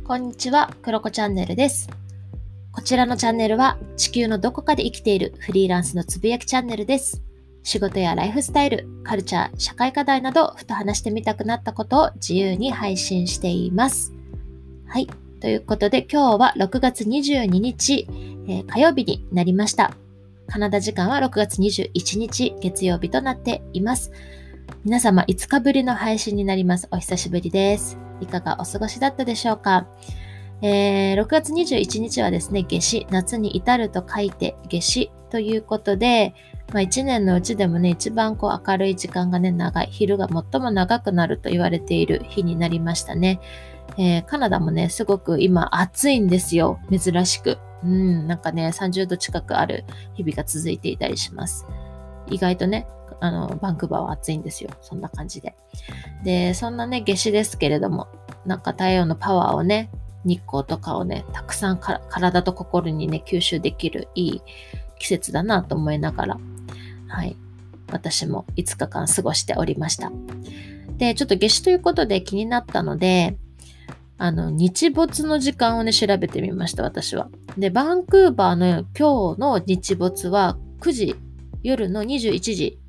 こんにちは、クロコチャンネルです。こちらのチャンネルは地球のどこかで生きているフリーランスのつぶやきチャンネルです。仕事やライフスタイル、カルチャー、社会課題などふと話してみたくなったことを自由に配信しています。はい、ということで今日は6月22日、火曜日になりました。カナダ時間は6月21日月曜日となっています。皆様5日ぶりの配信になります。お久しぶりです。いかがお過ごしだったでしょうか。6月21日はですね、夏至、夏に至ると書いて夏至ということで、1年のうちでもね、一番明るい時間がね、長い、昼が最も長くなると言われている日になりましたね。カナダもね、すごく今暑いんですよ、珍しく。なんかね、30度近くある日々が続いていたりします。意外とね、バンクーバーは暑いんですよ。そんな感じで。で、そんなね、夏至ですけれども、なんか太陽のパワーをね、日光とかをね、たくさん体と心にね、吸収できるいい季節だなと思いながら、はい。私も5日間過ごしておりました。で、ちょっと夏至ということで気になったので、日没の時間をね、調べてみました、私は。で、バンクーバーの今日の日没は夜の21時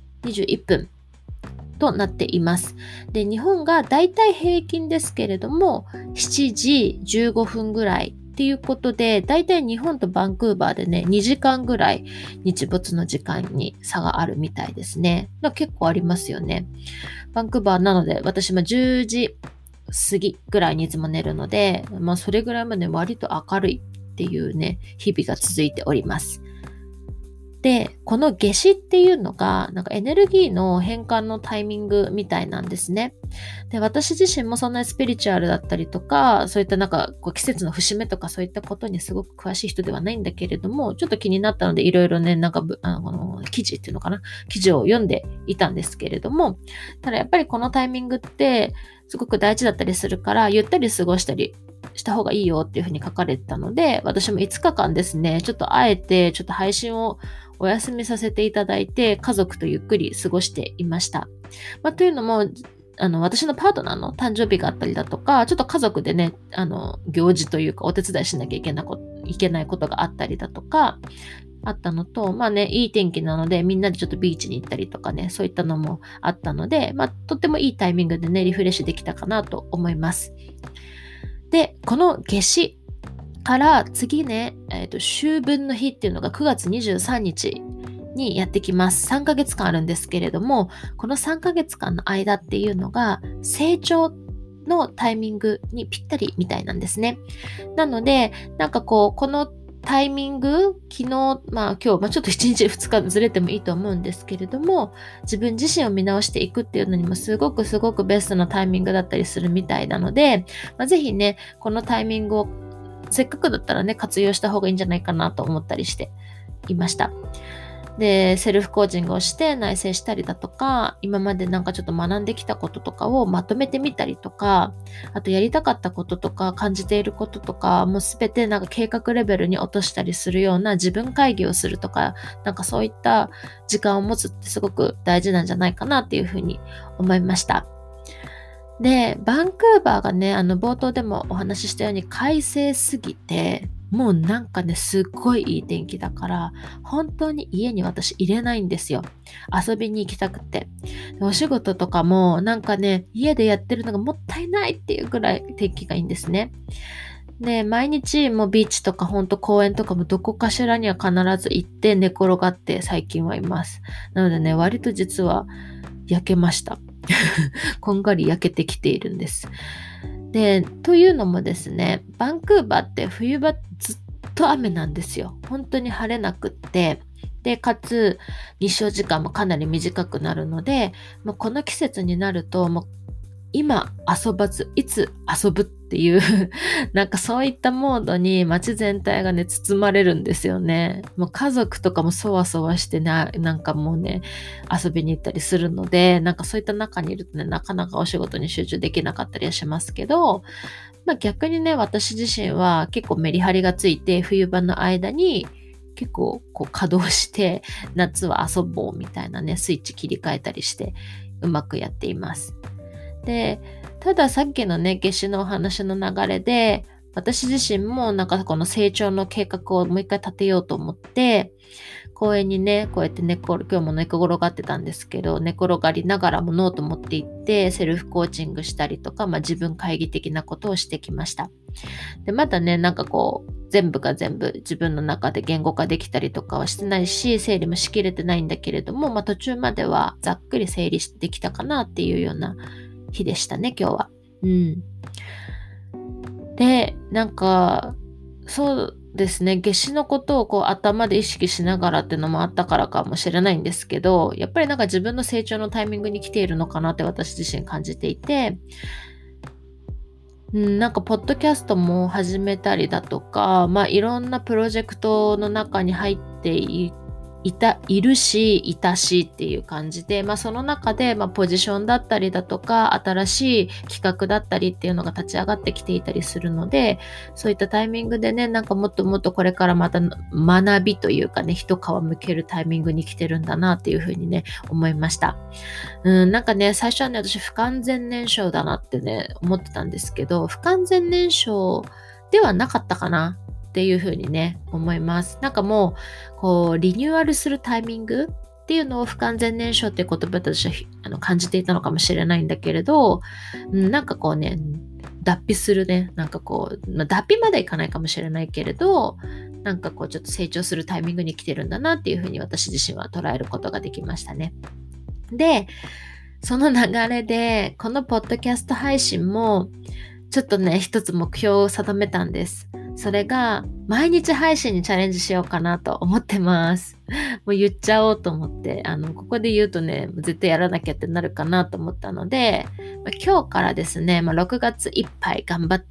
21分となっています。で、日本がだいたい平均ですけれども、7時15分ぐらいっていうことで、だいたい日本とバンクーバーでね、2時間ぐらい日没の時間に差があるみたいですね。結構ありますよね。バンクーバーなので、私も10時過ぎぐらいにいつも寝るので、それぐらいまで割と明るいっていうね、日々が続いております。で、この夏至っていうのが、なんかエネルギーの変換のタイミングみたいなんですね。で、私自身もそんなにスピリチュアルだったりとか、そういった季節の節目とかそういったことにすごく詳しい人ではないんだけれども、ちょっと気になったのでいろいろね、記事っていうのかな、記事を読んでいたんですけれども、ただやっぱりこのタイミングってすごく大事だったりするから、ゆったり過ごしたりした方がいいよっていうふうに書かれてたので、私も5日間ですね、ちょっとあえてちょっと配信をお休みさせていただいて、家族とゆっくり過ごしていました。というのも、私のパートナーの誕生日があったりだとか、ちょっと家族でね、行事というかお手伝いしなきゃいけないことがあったりだとか、あったのと、いい天気なので、みんなでちょっとビーチに行ったりとかね、そういったのもあったので、とってもいいタイミングでね、リフレッシュできたかなと思います。で、この夏至から次ね、秋分の日っていうのが9月23日にやってきます。3ヶ月間あるんですけれども、この3ヶ月間の間っていうのが成長のタイミングにぴったりみたいなんですね。なので、このタイミング、昨日、今日、ちょっと1日2日ずれてもいいと思うんですけれども、自分自身を見直していくっていうのにもすごくベストなタイミングだったりするみたいなので、ぜひね、このタイミングをせっかくだったらね、活用した方がいいんじゃないかなと思ったりしていました。で、セルフコーチングをして内省したりだとか、今までちょっと学んできたこととかをまとめてみたりとか、あとやりたかったこととか感じていることとか、もうすべて計画レベルに落としたりするような自分会議をするとか、そういった時間を持つってすごく大事なんじゃないかなっていうふうに思いました。で、バンクーバーがね、冒頭でもお話ししたように快晴すぎて、もうすっごいいい天気だから、本当に家に私入れないんですよ。遊びに行きたくて。お仕事とかも家でやってるのがもったいないっていうぐらい天気がいいんですね。で、毎日もうビーチとか公園とかもどこかしらには必ず行って寝転がって最近はいます。なのでね、割と実は焼けました。こんがり焼けてきているんです。で、というのもですね、バンクーバーって冬場ずっと雨なんですよ。本当に晴れなくって。で、かつ日照時間もかなり短くなるので、もうこの季節になると、もう今遊ばず、いつ遊ぶっていうそういったモードに街全体がね、包まれるんですよね。もう家族とかもそわそわしてね、もうね、遊びに行ったりするので、そういった中にいるとね、なかなかお仕事に集中できなかったりはしますけど、逆にね、私自身は結構メリハリがついて、冬場の間に結構稼働して、夏は遊ぼうみたいなね、スイッチ切り替えたりして、うまくやっています。で、 たださっきのね、夏至のお話の流れで、私自身もなんかこの成長の計画をもう一回立てようと思って、公園にね、こうやって今日も寝転がってたんですけど、寝転がりながらもノート持って行って、セルフコーチングしたりとか、自分会議的なことをしてきました。で、まだね、なんかこう、全部が全部自分の中で言語化できたりとかはしてないし、整理もしきれてないんだけれども、途中まではざっくり整理できたかなっていうような日でしたね、今日は。で、なんか、そうですね、夏至のことをこう頭で意識しながらっていうのもあったからかもしれないんですけど、やっぱりなんか自分の成長のタイミングに来ているのかなって私自身感じていて、なんかポッドキャストも始めたりだとか、いろんなプロジェクトの中に入っているし、いたしっていう感じで、その中で、ポジションだったりだとか、新しい企画だったりっていうのが立ち上がってきていたりするので、そういったタイミングでね、なんかもっともっとこれからまた学びというかね、一皮むけるタイミングに来てるんだなっていうふうにね、思いました。なんかね、最初はね、私不完全燃焼だなってね、思ってたんですけど、不完全燃焼ではなかったかなっていうふうにね、思います。なんかもう、こう、リニューアルするタイミングっていうのを不完全燃焼っていう言葉として感じていたのかもしれないんだけれど、なんかこうね、脱皮するね、なんかこう、脱皮までいかないかもしれないけれど、なんかこうちょっと成長するタイミングに来てるんだなっていうふうに私自身は捉えることができましたね。で、その流れで、このポッドキャスト配信も、ちょっとね、一つ目標を定めたんです。それが、毎日配信にチャレンジしようかなと思ってます。もう言っちゃおうと思って、ここで言うとね、絶対やらなきゃってなるかなと思ったので、今日からですね、6月いっぱい頑張って、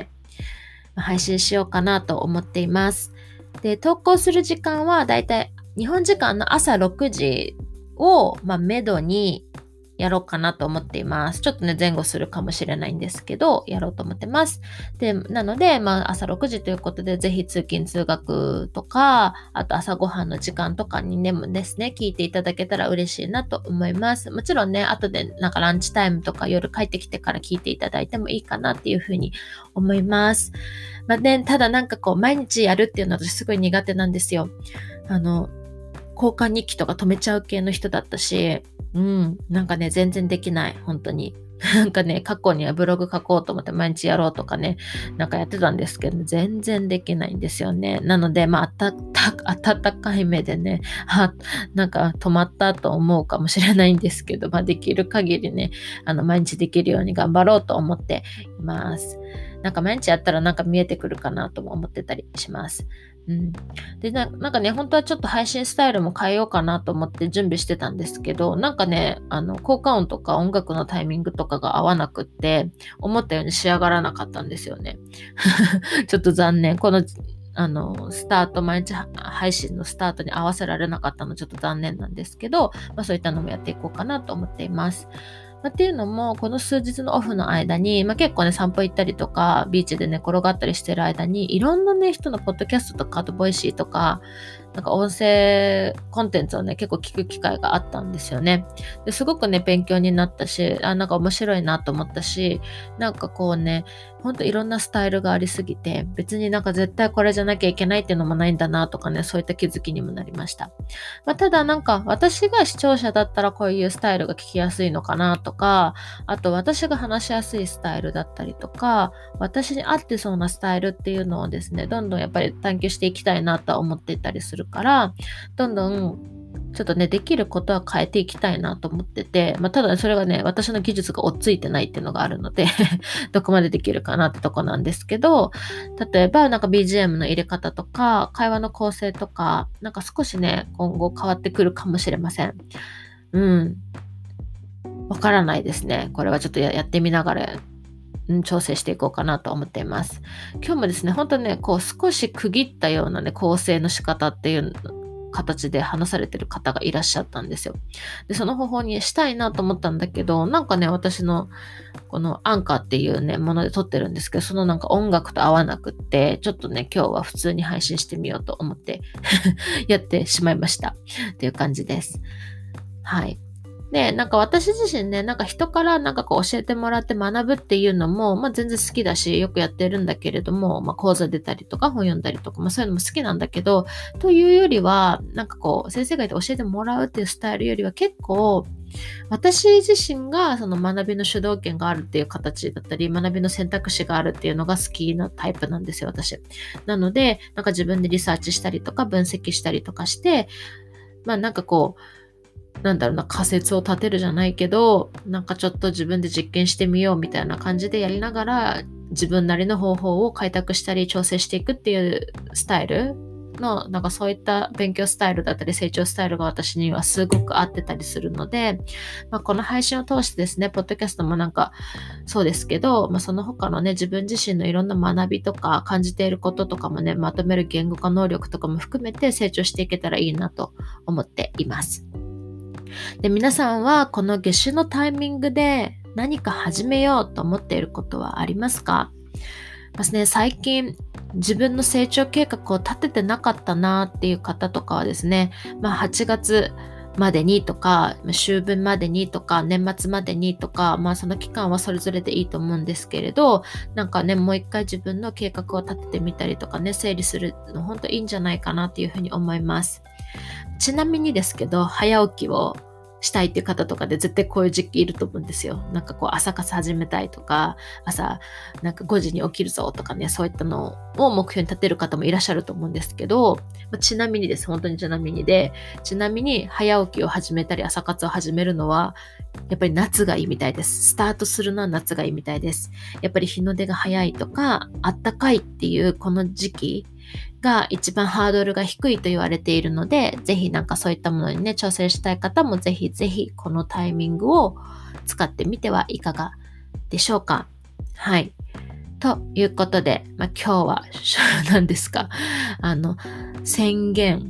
配信しようかなと思っています。で、投稿する時間はだいたい日本時間の朝6時を、めどにやろうかなと思っています。ちょっとね、前後するかもしれないんですけど、やろうと思ってます。で、なので、朝6時ということで、ぜひ通勤通学とか、あと朝ごはんの時間とかにですね、聞いていただけたら嬉しいなと思います。もちろんね、後でなんかランチタイムとか夜帰ってきてから聞いていただいてもいいかなっていうふうに思います。ただなんかこう、毎日やるっていうのは私すごい苦手なんですよ。交換日記とか止めちゃう系の人だったし、なんかね、全然できない、本当に。なんかね、過去にはブログ書こうと思って毎日やろうとかね、なんかやってたんですけど、全然できないんですよね。なので、温かい目でね、なんか止まったと思うかもしれないんですけど、できる限りね、毎日できるように頑張ろうと思っています。なんか毎日やったらなんか見えてくるかなとも思ってたりします。でなんかね、本当はちょっと配信スタイルも変えようかなと思って準備してたんですけど、なんかね、効果音とか音楽のタイミングとかが合わなくって、思ったように仕上がらなかったんですよね。ちょっと残念。このスタート、毎日配信のスタートに合わせられなかったのちょっと残念なんですけど、そういったのもやっていこうかなと思っています。っていうのも、この数日のオフの間に、結構ね、散歩行ったりとか、ビーチでね、転がったりしてる間に、いろんなね、人のポッドキャストとか、あとボイシーとか、なんか音声コンテンツをね、結構聞く機会があったんですよね。ですごくね、勉強になったし、なんか面白いなと思ったし、なんかこうね、ほんといろんなスタイルがありすぎて、別になんか絶対これじゃなきゃいけないっていうのもないんだなとかね、そういった気づきにもなりました。ただなんか私が視聴者だったらこういうスタイルが聞きやすいのかなとか、あと私が話しやすいスタイルだったりとか、私に合ってそうなスタイルっていうのをですね、どんどんやっぱり探求していきたいなとは思っていたりするから、どんどんちょっとね、できることは変えていきたいなと思ってて、ただそれがね、私の技術が追っついてないっていうのがあるのでどこまでできるかなってとこなんですけど、例えばなんか BGM の入れ方とか、会話の構成とか、なんか少しね、今後変わってくるかもしれません。わからないですね。これはちょっとやってみながら、調整していこうかなと思っています。今日もですね、本当ね、こう少し区切ったようなね、構成の仕方っていう形で話されてる方がいらっしゃったんですよ。で、その方法にしたいなと思ったんだけど、なんかね、私のこのアンカーっていうね、もので撮ってるんですけど、そのなんか音楽と合わなくって、ちょっとね、今日は普通に配信してみようと思ってやってしまいましたっていう感じです。はい。 で、なんか私自身ね、なんか人からなんかこう教えてもらって学ぶっていうのも、全然好きだし、よくやってるんだけれども、講座出たりとか本読んだりとか、そういうのも好きなんだけど、というよりは、なんかこう、先生がいて教えてもらうっていうスタイルよりは結構、私自身がその学びの主導権があるっていう形だったり、学びの選択肢があるっていうのが好きなタイプなんですよ、私。なので、なんか自分でリサーチしたりとか分析したりとかして、なんかこう、仮説を立てるじゃないけど、なんかちょっと自分で実験してみようみたいな感じでやりながら、自分なりの方法を開拓したり調整していくっていうスタイルの、なんかそういった勉強スタイルだったり成長スタイルが私にはすごく合ってたりするので、この配信を通してですね、ポッドキャストもなんかそうですけど、その他のね、自分自身のいろんな学びとか感じていることとかもね、まとめる言語化能力とかも含めて成長していけたらいいなと思っています。で、皆さんはこの夏至のタイミングで何か始めようと思っていることはありますか？最近自分の成長計画を立ててなかったなっていう方とかはですね、8月までにとか、秋分までにとか、年末までにとか、その期間はそれぞれでいいと思うんですけれど、なんかね、もう一回自分の計画を立ててみたりとかね、整理するの本当いいんじゃないかなっていうふうに思います。ちなみにですけど、早起きをしたいっていう方とかで絶対こういう時期いると思うんですよ。なんかこう朝活始めたいとか、朝なんか5時に起きるぞとかね、そういったのを目標に立てる方もいらっしゃると思うんですけど、ちなみにです、本当にちなみに早起きを始めたり朝活を始めるのは、やっぱり夏がいいみたいです。スタートするのは夏がいいみたいです。やっぱり日の出が早いとか、あったかいっていうこの時期が一番ハードルが低いと言われているので、ぜひなんかそういったものにね、挑戦したい方もぜひぜひこのタイミングを使ってみてはいかがでしょうか。はい。ということで、今日は何ですか？宣言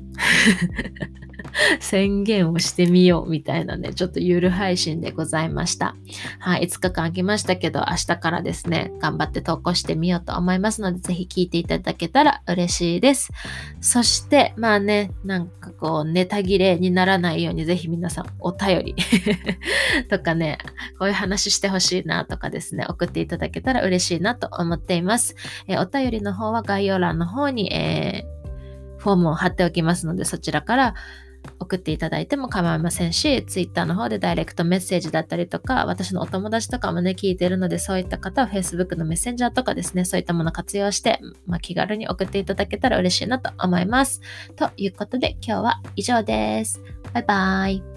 宣言をしてみようみたいなね、ちょっとゆる配信でございました。はい、5日間空きましたけど、明日からですね、頑張って投稿してみようと思いますので、ぜひ聞いていただけたら嬉しいです。そして、なんかこう、ネタ切れにならないように、ぜひ皆さんお便りとかね、こういう話してほしいなとかですね、送っていただけたら嬉しいなと思っています。お便りの方は概要欄の方に、フォームを貼っておきますので、そちらから送っていただいても構いませんし、Twitter の方でダイレクトメッセージだったりとか、私のお友達とかもね、聞いてるので、そういった方は Facebook のメッセンジャーとかですね、そういったものを活用して、気軽に送っていただけたら嬉しいなと思います。ということで、今日は以上です。バイバイ。